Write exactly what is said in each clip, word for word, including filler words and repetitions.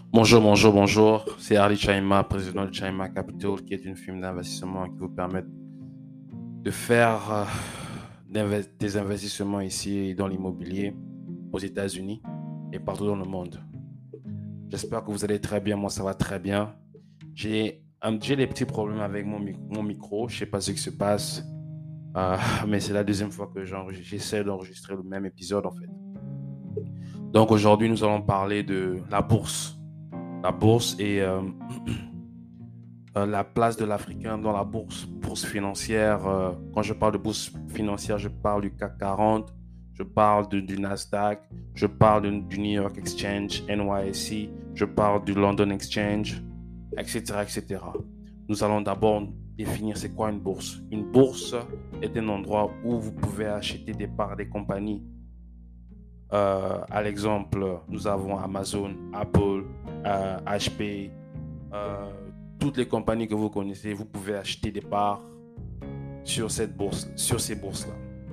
Bonjour, bonjour, bonjour. C'est Ali Chaima, président de Chaima Capital, qui est une firme d'investissement qui vous permet de faire euh, d'inve- des investissements ici dans l'immobilier aux États-Unis et partout dans le monde. J'espère que vous allez très bien. Moi, ça va très bien. J'ai un, j'ai des petits problèmes avec mon, mi- mon micro. Je ne sais pas ce qui se passe, euh, mais c'est la deuxième fois que j'enregistre- j'essaie d'enregistrer le même épisode en fait. Donc aujourd'hui, nous allons parler de la bourse. La bourse et euh, euh, la place de l'Africain dans la bourse, bourse financière. Euh, quand je parle de bourse financière, je parle du CAC quarante, je parle de, du Nasdaq, je parle de, du New York Exchange, N Y S E, je parle du London Exchange, et cetera, et cetera. Nous allons d'abord définir c'est quoi une bourse. Une bourse est un endroit où vous pouvez acheter des parts des compagnies. Euh, à l'exemple, nous avons Amazon, Apple, euh, H P, euh, toutes les compagnies que vous connaissez, vous pouvez acheter des parts sur cette bourse, sur ces bourses-là.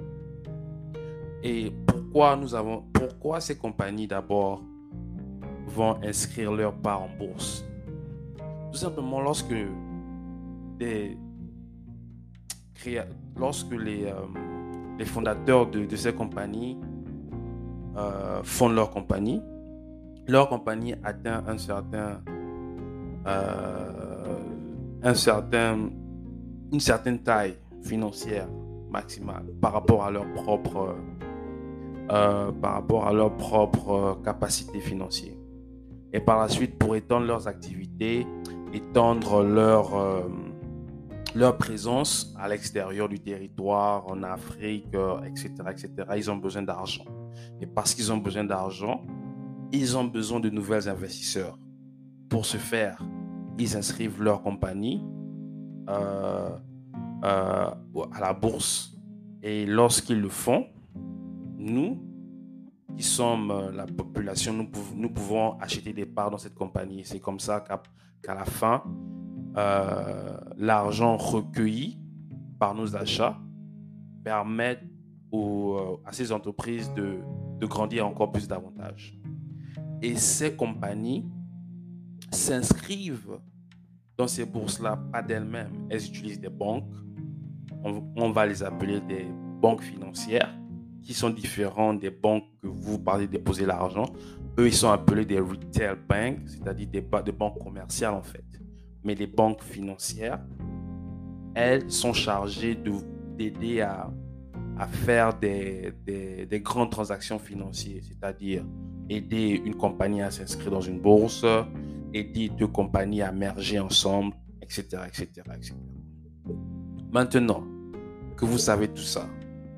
Et pourquoi nous avons, pourquoi ces compagnies d'abord vont inscrire leurs parts en bourse? Tout simplement lorsque des lorsque les, euh, les fondateurs de, de ces compagnies euh, fondent leur compagnie, leur compagnie atteint un certain, euh, un certain, une certaine taille financière maximale par rapport à leur propre, euh, par rapport à leur propre euh, capacité financière. Et par la suite, pour étendre leurs activités, étendre leur, euh, leur présence à l'extérieur du territoire, en Afrique, euh, et cetera, et cetera, ils ont besoin d'argent. Et parce qu'ils ont besoin d'argent, ils ont besoin de nouveaux investisseurs. Pour ce faire, ils inscrivent leur compagnie euh, euh, à la bourse. Et lorsqu'ils le font, nous, qui sommes euh, la population, nous, pouv- nous pouvons acheter des parts dans cette compagnie. C'est comme ça qu'à qu'à la fin, euh, l'argent recueilli par nos achats permet aux, euh, à ces entreprises de, de grandir encore plus davantage. Et ces compagnies s'inscrivent dans ces bourses-là pas d'elles-mêmes. Elles utilisent des banques. On, on va les appeler des banques financières qui sont différentes des banques que vous parlez de déposer l'argent. Eux, ils sont appelés des retail banks, c'est-à-dire des, des banques commerciales en fait. Mais les banques financières, elles sont chargées de, d'aider à, à faire des, des, des grandes transactions financières, c'est-à-dire aider une compagnie à s'inscrire dans une bourse, aider deux compagnies à merger ensemble, et cetera, et cetera, et cetera. Maintenant que vous savez tout ça,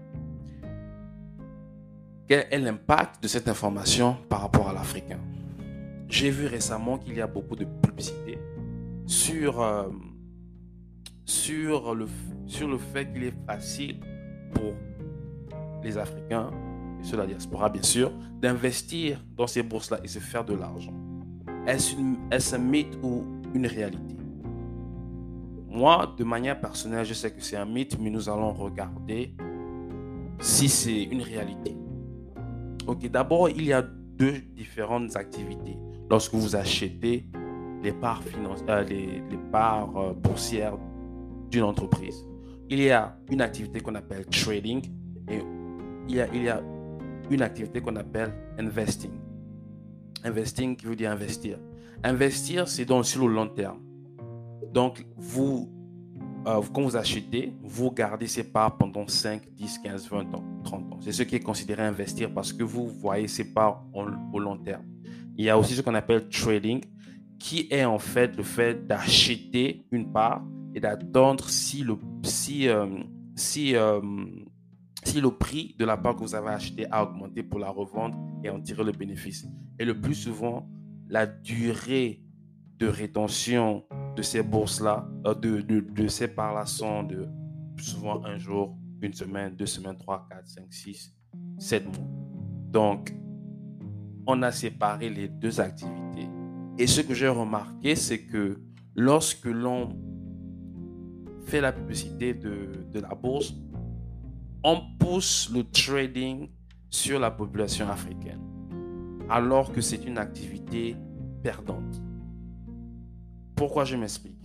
quel est l'impact de cette information par rapport à l'Africain? J'ai vu récemment qu'il y a beaucoup de publicité sur, euh, sur, le, sur le fait qu'il est facile pour les Africains, et ceux de la diaspora bien sûr, d'investir dans ces bourses-là et se faire de l'argent. Est-ce, une, est-ce un mythe ou une réalité? Moi, de manière personnelle, je sais que c'est un mythe, mais nous allons regarder si c'est une réalité. Ok, d'abord, il y a deux différentes activités. Lorsque vous achetez les parts, finance, euh, les, les parts euh, boursières d'une entreprise, il y a une activité qu'on appelle trading et il y a, il y a une activité qu'on appelle investing. Investing qui veut dire investir. Investir, c'est donc sur le long terme. Donc, vous, euh, quand vous achetez, vous gardez ces parts pendant cinq, dix, quinze, vingt ans, trente ans. C'est ce qui est considéré investir parce que vous voyez ces parts en, au long terme. Il y a aussi ce qu'on appelle trading, qui est en fait le fait d'acheter une part et d'attendre si le, si, euh, si, euh, si le prix de la part que vous avez achetée a augmenté pour la revendre et en tirer le bénéfice. Et le plus souvent, la durée de rétention de ces bourses-là, euh, de, de, de ces parts-là sont de souvent un jour, une semaine, deux semaines, trois, quatre, cinq, six, sept mois. Donc, on a séparé les deux activités. Et ce que j'ai remarqué, c'est que lorsque l'on fait la publicité de, de la bourse, on pousse le trading sur la population africaine, alors que c'est une activité perdante. Pourquoi je m'explique?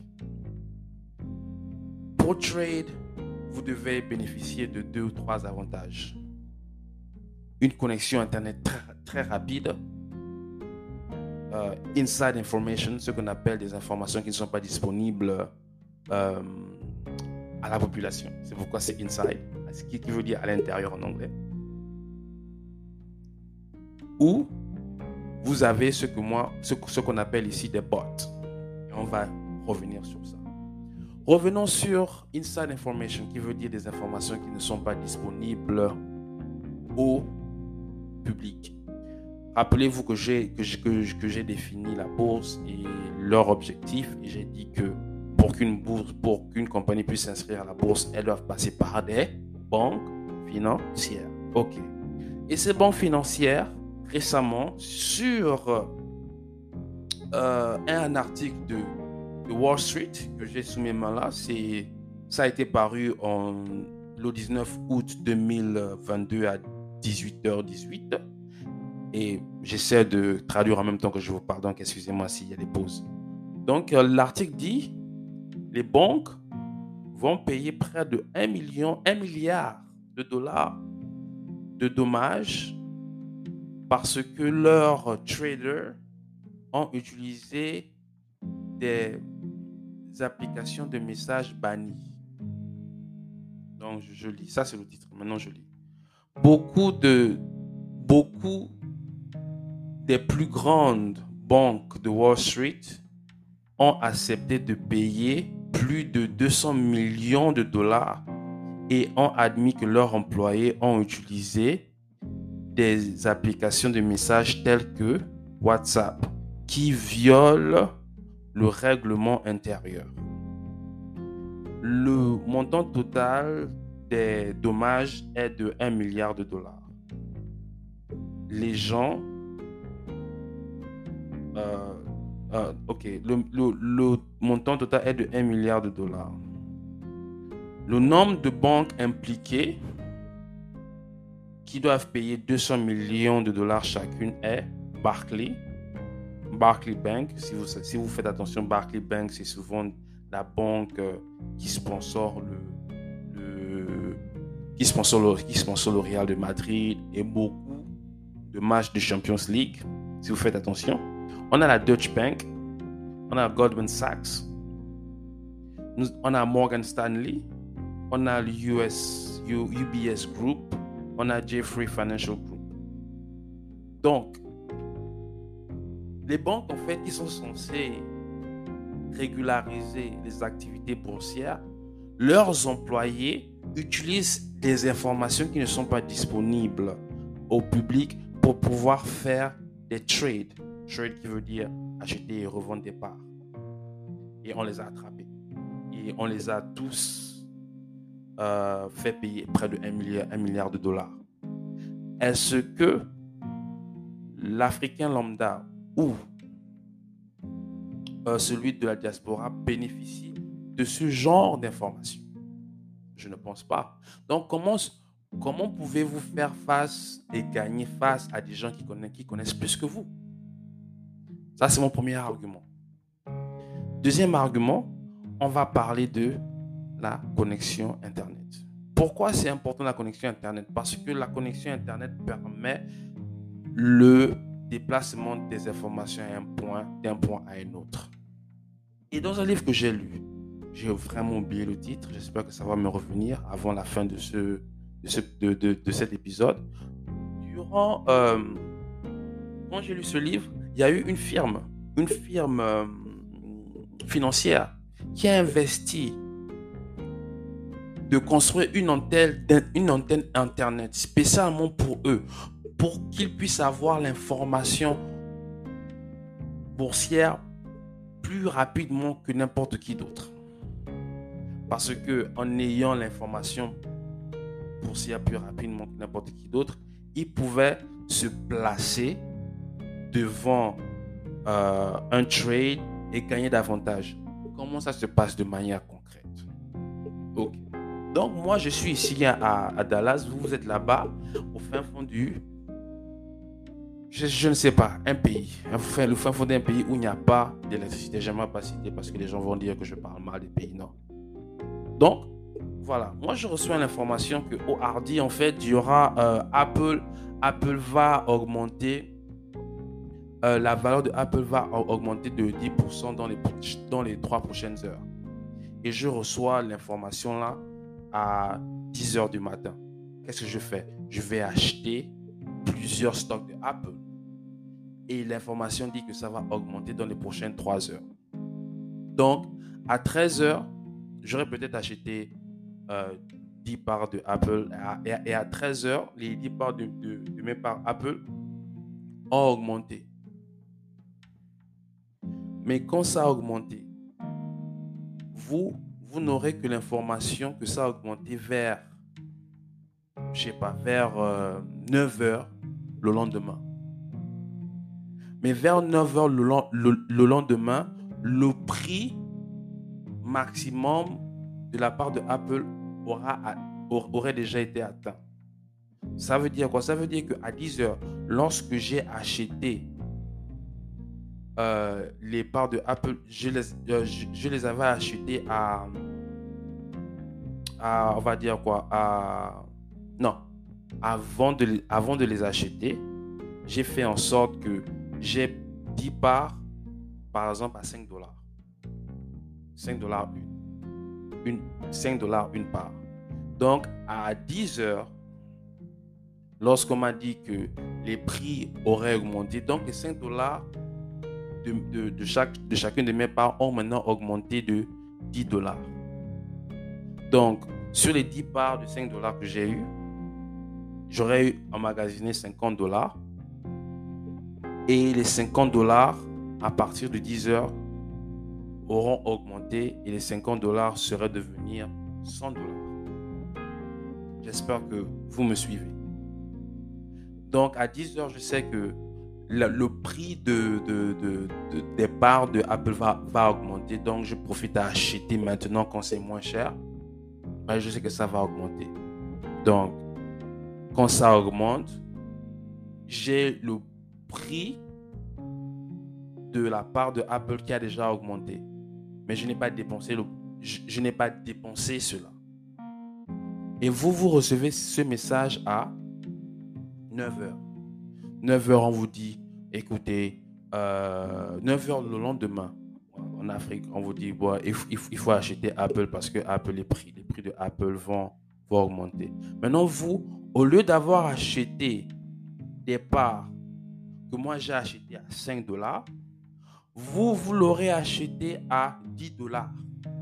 Pour trade, vous devez bénéficier de deux ou trois avantages. Une connexion Internet très, très rapide, euh, inside information, ce qu'on appelle des informations qui ne sont pas disponibles euh, à la population. C'est pourquoi c'est inside, ce qui veut dire à l'intérieur en anglais. Ou vous avez ce que moi, ce, ce qu'on appelle ici des bots. Et on va revenir sur ça. Revenons sur inside information, qui veut dire des informations qui ne sont pas disponibles au public. Rappelez-vous que j'ai, que j'ai, que, que j'ai défini la bourse et leur objectif. Et j'ai dit que pour qu'une bourse, pour qu'une compagnie puisse s'inscrire à la bourse, elles doivent passer par des banques financières. OK. Et ces banques financières, récemment, sur euh, un article de, de Wall Street que j'ai sous mes mains là, c'est, ça a été paru en, le dix-neuf août deux mille vingt-deux à dix-huit heures dix-huit. Et j'essaie de traduire en même temps que je vous parle, donc excusez-moi s'il y a des pauses. Donc, euh, l'article dit, les banques vont payer près de un million, un milliard de dollars de dommages parce que leurs traders ont utilisé des applications de messages bannies. Donc, je, je lis. Ça, c'est le titre. Maintenant, je lis. Beaucoup de... Beaucoup des plus grandes banques de Wall Street ont accepté de payer plus de deux cents millions de dollars et ont admis que leurs employés ont utilisé des applications de messages telles que WhatsApp qui violent le règlement intérieur. Le montant total des dommages est de un milliard de dollars. Les gens Euh, euh, ok, le, le, le montant total est de un milliard de dollars. Le nombre de banques impliquées qui doivent payer deux cents millions de dollars chacune est Barclays, Barclays Bank. Si vous, si vous faites attention, Barclays Bank, c'est souvent la banque qui sponsor le, le, qui sponsor le, qui sponsor le Real de Madrid et beaucoup de matchs de Champions League. Si vous faites attention. On a la Deutsche Bank, on a Goldman Sachs, on a Morgan Stanley, on a l'U S, U B S Group, on a Jeffrey Financial Group. Donc, les banques, en fait, qui sont censées régulariser les activités boursières, leurs employés utilisent des informations qui ne sont pas disponibles au public pour pouvoir faire des trades. Trade qui veut dire acheter et revendre des parts. Et on les a attrapés. Et on les a tous euh, fait payer près de un milliard, un milliard de dollars. Est-ce que l'Africain lambda ou euh, celui de la diaspora bénéficie de ce genre d'informations? Je ne pense pas. Donc, comment, comment pouvez-vous faire face et gagner face à des gens qui connaissent, qui connaissent plus que vous? Ça, c'est mon premier argument. Deuxième argument, on va parler de la connexion Internet. Pourquoi c'est important la connexion Internet? Parce que la connexion Internet permet le déplacement des informations à un point, d'un point à un autre. Et dans un livre que j'ai lu, j'ai vraiment oublié le titre, j'espère que ça va me revenir avant la fin de, ce, de, ce, de, de, de cet épisode. Durant, euh, quand j'ai lu ce livre, il y a eu une firme, une firme euh, financière qui a investi de construire une antenne, une antenne Internet spécialement pour eux, pour qu'ils puissent avoir l'information boursière plus rapidement que n'importe qui d'autre. Parce que en ayant l'information boursière plus rapidement que n'importe qui d'autre, ils pouvaient se placer devant euh, un trade et gagner davantage. Comment ça se passe de manière concrète? Ok. Donc moi je suis ici à, à Dallas, vous, vous êtes là-bas au fin fond du je, je ne sais pas, un pays, enfin, le fin fond d'un pays où il n'y a pas d'électricité. J'aimerais pas citer parce que les gens vont dire que je parle mal des pays, non. Donc, voilà, moi je reçois l'information qu'au Hardy, en fait, il y aura euh, Apple, Apple va augmenter, euh, la valeur de Apple va augmenter de dix pour cent dans les, dans les trois prochaines heures. Et je reçois l'information là à dix heures du matin. Qu'est-ce que je fais? Je vais acheter plusieurs stocks de Apple. Et l'information dit que ça va augmenter dans les prochaines trois heures. Donc, à treize heures, j'aurais peut-être acheté euh, dix parts de Apple. Et à treize heures, les dix parts de, de, de mes parts Apple ont augmenté. Mais quand ça a augmenté, vous, vous n'aurez que l'information que ça a augmenté vers, je sais pas, vers euh, neuf heures le lendemain. Mais vers neuf heures le, le, le lendemain, le prix maximum de la part de Apple aura, aurait déjà été atteint. Ça veut dire quoi? Ça veut dire qu'à dix heures, lorsque j'ai acheté euh, les parts de Apple, je les, euh, je, je les avais achetées à, à, on va dire quoi, à, non, avant de, avant de les acheter, j'ai fait en sorte que j'ai dix parts, par exemple, à cinq dollars. cinq dollars une. une. cinq dollars une part. Donc, à dix heures, lorsqu'on m'a dit que les prix auraient augmenté, donc les cinq dollars de, de, de, chaque, de chacune de mes parts ont maintenant augmenté de dix dollars. Donc, sur les dix parts de cinq dollars que j'ai eu, j'aurais eu emmagasiné cinquante dollars. Et les cinquante dollars, à partir de dix heures, auront augmenté et les cinquante dollars seraient devenus cent dollars. J'espère que vous me suivez. Donc, à dix heures, je sais que le, le prix de, de, de, de, des parts de Apple va, va augmenter. Donc, je profite à acheter maintenant quand c'est moins cher. Ben, je sais que ça va augmenter. Donc, quand ça augmente, j'ai le prix de la part de Apple qui a déjà augmenté. Mais je n'ai pas dépensé, le, je, je n'ai pas dépensé cela. Et vous, vous recevez ce message à neuf heures. neuf heures, on vous dit, écoutez, euh, neuf heures le lendemain, en Afrique, on vous dit, bon, il, il, il faut acheter Apple parce que Apple, les prix, les prix de Apple vont, vont augmenter. Maintenant, vous, au lieu d'avoir acheté des parts que moi j'ai acheté à cinq dollars, vous, vous l'aurez acheté à dix dollars.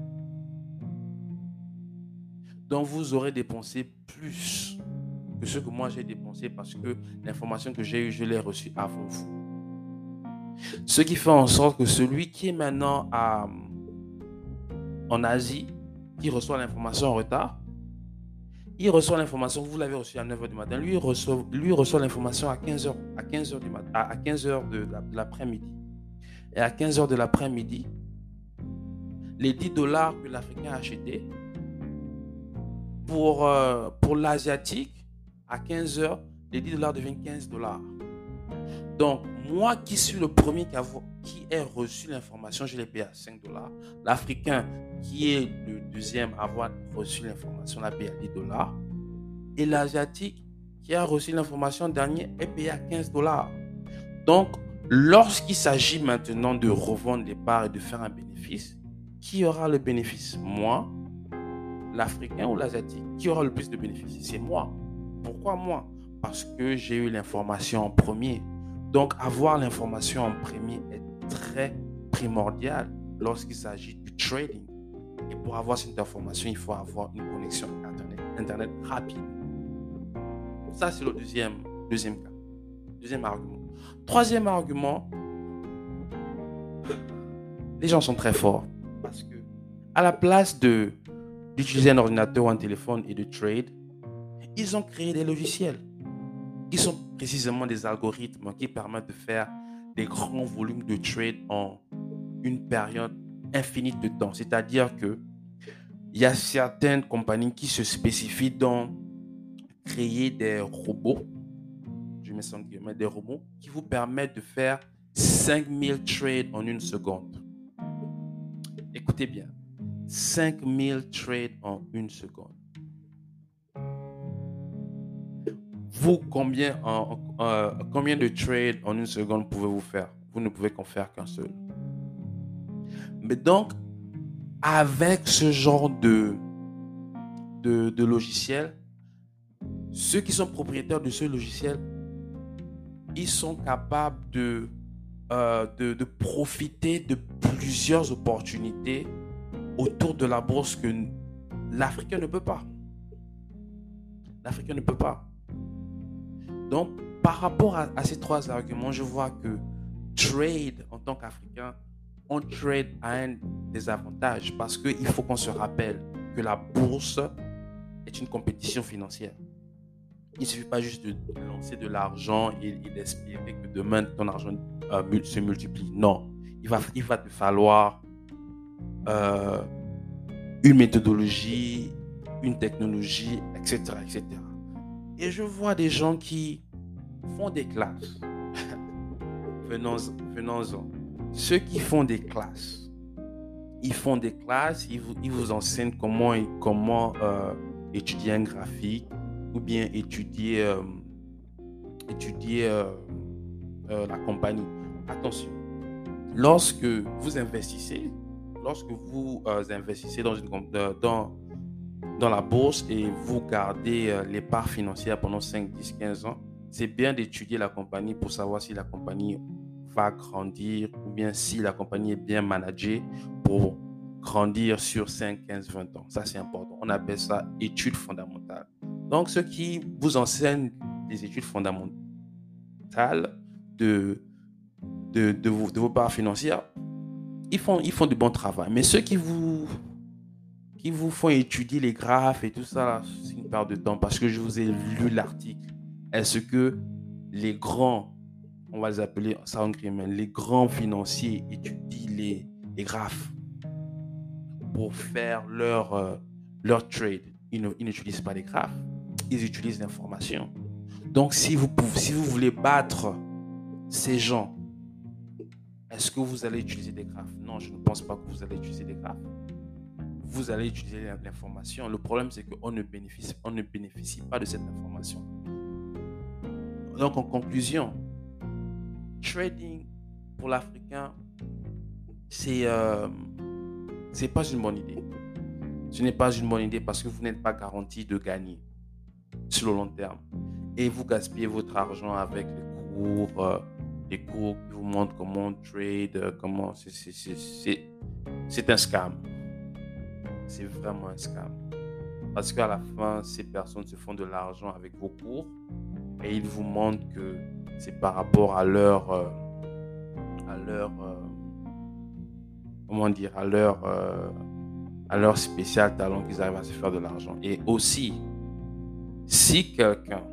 Donc, vous aurez dépensé plus que ce que moi j'ai dépensé parce que l'information que j'ai eue, je l'ai reçue avant vous. Ce qui fait en sorte que celui qui est maintenant à, en Asie, qui reçoit l'information en retard, il reçoit l'information, vous l'avez reçue à neuf heures du matin, lui reçoit, lui reçoit l'information à quinze heures, à quinze heures du matin, à quinze heures de, de l'après-midi. Et à quinze heures de l'après-midi, les dix dollars que l'Africain a achetés, pour, euh, pour l'Asiatique, à quinze heures, les dix dollars deviennent quinze dollars. Donc, moi qui suis le premier qui a, qui a reçu l'information, je l'ai payé à cinq dollars. L'Africain qui est le deuxième à avoir reçu l'information, l'a payé à dix dollars. Et l'Asiatique qui a reçu l'information dernier est payé à quinze dollars. Donc, lorsqu'il s'agit maintenant de revendre les parts et de faire un bénéfice, qui aura le bénéfice? Moi, l'Africain ou l'Asiatique? Qui aura le plus de bénéfices? C'est moi. Pourquoi moi? Parce que j'ai eu l'information en premier. Donc, avoir l'information en premier est très primordial lorsqu'il s'agit du trading. Et pour avoir cette information, il faut avoir une connexion Internet, Internet rapide. Ça, c'est le deuxième, deuxième cas. Deuxième argument. Troisième argument, les gens sont très forts parce que à la place de, d'utiliser un ordinateur ou un téléphone et de trade, ils ont créé des logiciels. Ils sont précisément des algorithmes qui permettent de faire des grands volumes de trade en une période infinie de temps. C'est-à-dire que il y a certaines compagnies qui se spécifient dans créer des robots. Je je mets ça en guillemets, des robots qui vous permettent de faire cinq mille trades en une seconde. Écoutez bien, cinq mille trades en une seconde. Vous, combien, en, en, euh, combien de trades en une seconde pouvez-vous faire? Vous ne pouvez qu'en faire qu'un seul. Mais donc, avec ce genre de, de, de logiciel, ceux qui sont propriétaires de ce logiciel, ils sont capables de, euh, de, de profiter de plusieurs opportunités autour de la bourse que l'Africain ne peut pas. L'Africain ne peut pas. Donc, par rapport à, à ces trois arguments, je vois que trade en tant qu'Africain, on trade a un désavantage parce qu'il faut qu'on se rappelle que la bourse est une compétition financière. Il ne suffit pas juste de lancer de l'argent et, et d'espérer que demain ton argent euh, se multiplie. Non, il va, il va te falloir euh, une méthodologie, une technologie, et cetera, et cetera. Et je vois des gens qui font des classes. Venons-en, venons-en. Ceux qui font des classes, ils font des classes, ils vous, ils vous enseignent comment, comment euh, étudier un graphique ou bien étudier, euh, étudier euh, euh, la compagnie. Attention, lorsque vous investissez, lorsque vous euh, investissez dans, une, dans, dans la bourse et vous gardez euh, les parts financières pendant cinq, dix, quinze ans, c'est bien d'étudier la compagnie pour savoir si la compagnie va grandir ou bien si la compagnie est bien managée pour grandir sur cinq, quinze, vingt ans. Ça, c'est important. On appelle ça études fondamentales. Donc, ceux qui vous enseignent des études fondamentales de, de, de, vos, de vos parts financières, ils font, ils font du bon travail. Mais ceux qui vous, qui vous font étudier les graphes et tout ça, c'est une perte de temps parce que je vous ai lu l'article. Est-ce que les grands, on va les appeler les grands financiers étudient les, les graphes pour faire leur, euh, leur trade? Ils, ne, ils n'utilisent pas les graphes, ils utilisent l'information. Donc, si vous, pouvez, si vous voulez battre ces gens, est-ce que vous allez utiliser des graphes? Non, je ne pense pas que vous allez utiliser des graphes. Vous allez utiliser l'information. Le problème, c'est qu'on ne bénéficie, on ne bénéficie pas de cette information. Donc, en conclusion, trading pour l'Africain, c'est, euh, c'est pas une bonne idée. Ce n'est pas une bonne idée parce que vous n'êtes pas garanti de gagner sur le long terme. Et vous gaspillez votre argent avec les cours, euh, les cours qui vous montrent comment on trade, euh, comment c'est, c'est, c'est, c'est, c'est un scam. C'est vraiment un scam. Parce qu'à la fin, ces personnes se font de l'argent avec vos cours et ils vous montrent que c'est par rapport à leur, euh, à leur, euh, comment dire, à leur, euh, à leur spécial talent qu'ils arrivent à se faire de l'argent. Et aussi, si quelqu'un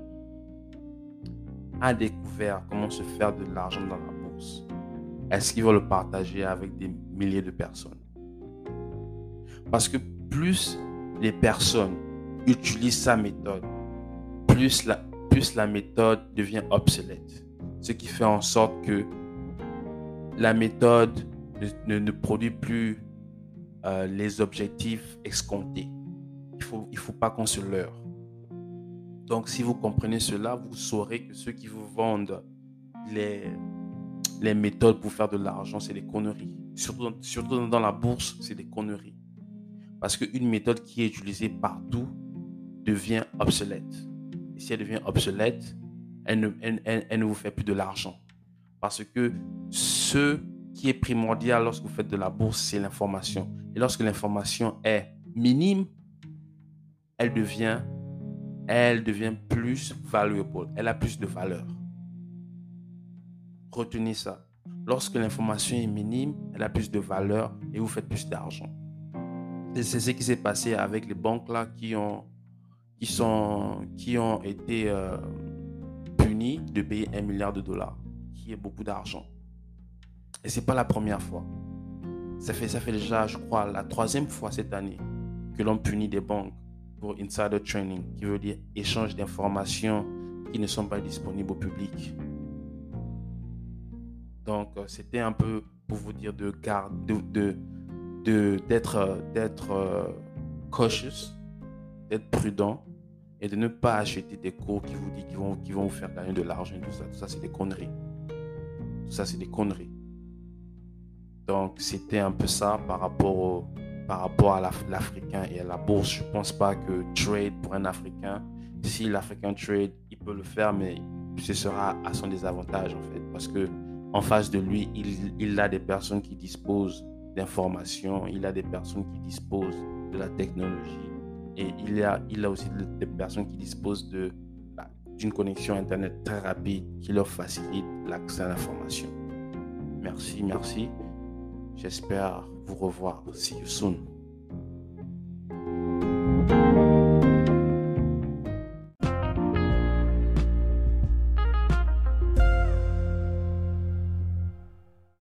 a découvert comment se faire de l'argent dans la bourse, est-ce qu'il va le partager avec des milliers de personnes? Parce que plus les personnes utilisent sa méthode, plus la, plus la méthode devient obsolète. Ce qui fait en sorte que la méthode ne, ne, ne produit plus euh, les objectifs escomptés. Il faut, il faut pas qu'on se leurre. Donc, si vous comprenez cela, vous saurez que ceux qui vous vendent les, les méthodes pour faire de l'argent, c'est des conneries. Surtout, surtout dans la bourse, c'est des conneries. Parce qu'une méthode qui est utilisée partout devient obsolète. Et si elle devient obsolète, elle ne, elle, elle, elle ne vous fait plus de l'argent. Parce que ce qui est primordial lorsque vous faites de la bourse, c'est l'information. Et lorsque l'information est minime, elle devient, elle devient plus valuable. Elle a plus de valeur. Retenez ça. Lorsque l'information est minime, elle a plus de valeur et vous faites plus d'argent. Et c'est ce qui s'est passé avec les banques là qui ont, qui sont, qui ont été euh, punies de payer un milliard de dollars, qui est beaucoup d'argent. Et c'est pas la première fois. Ça fait, ça fait déjà, je crois, la troisième fois cette année que l'on punit des banques pour insider trading, qui veut dire échange d'informations qui ne sont pas disponibles au public. Donc, euh, c'était un peu pour vous dire de garde, de, de, de, d'être, euh, d'être euh, cautious, d'être prudent et de ne pas acheter des cours qui vous disent qu'ils vont, qu'ils vont vous faire gagner de l'argent. Tout ça, tout ça, c'est des conneries. Tout ça, c'est des conneries. Donc, c'était un peu ça par rapport, au, par rapport à l'Af- l'Africain et à la bourse. Je ne pense pas que trade pour un Africain, si l'Africain trade, il peut le faire, mais ce sera à son désavantage en fait. Parce que en face de lui, il, il a des personnes qui disposent d'informations, il a des personnes qui disposent de la technologie et il a, il a aussi des personnes qui disposent de, bah, d'une connexion Internet très rapide qui leur facilite l'accès à l'information. Merci, merci. J'espère vous revoir. See you soon.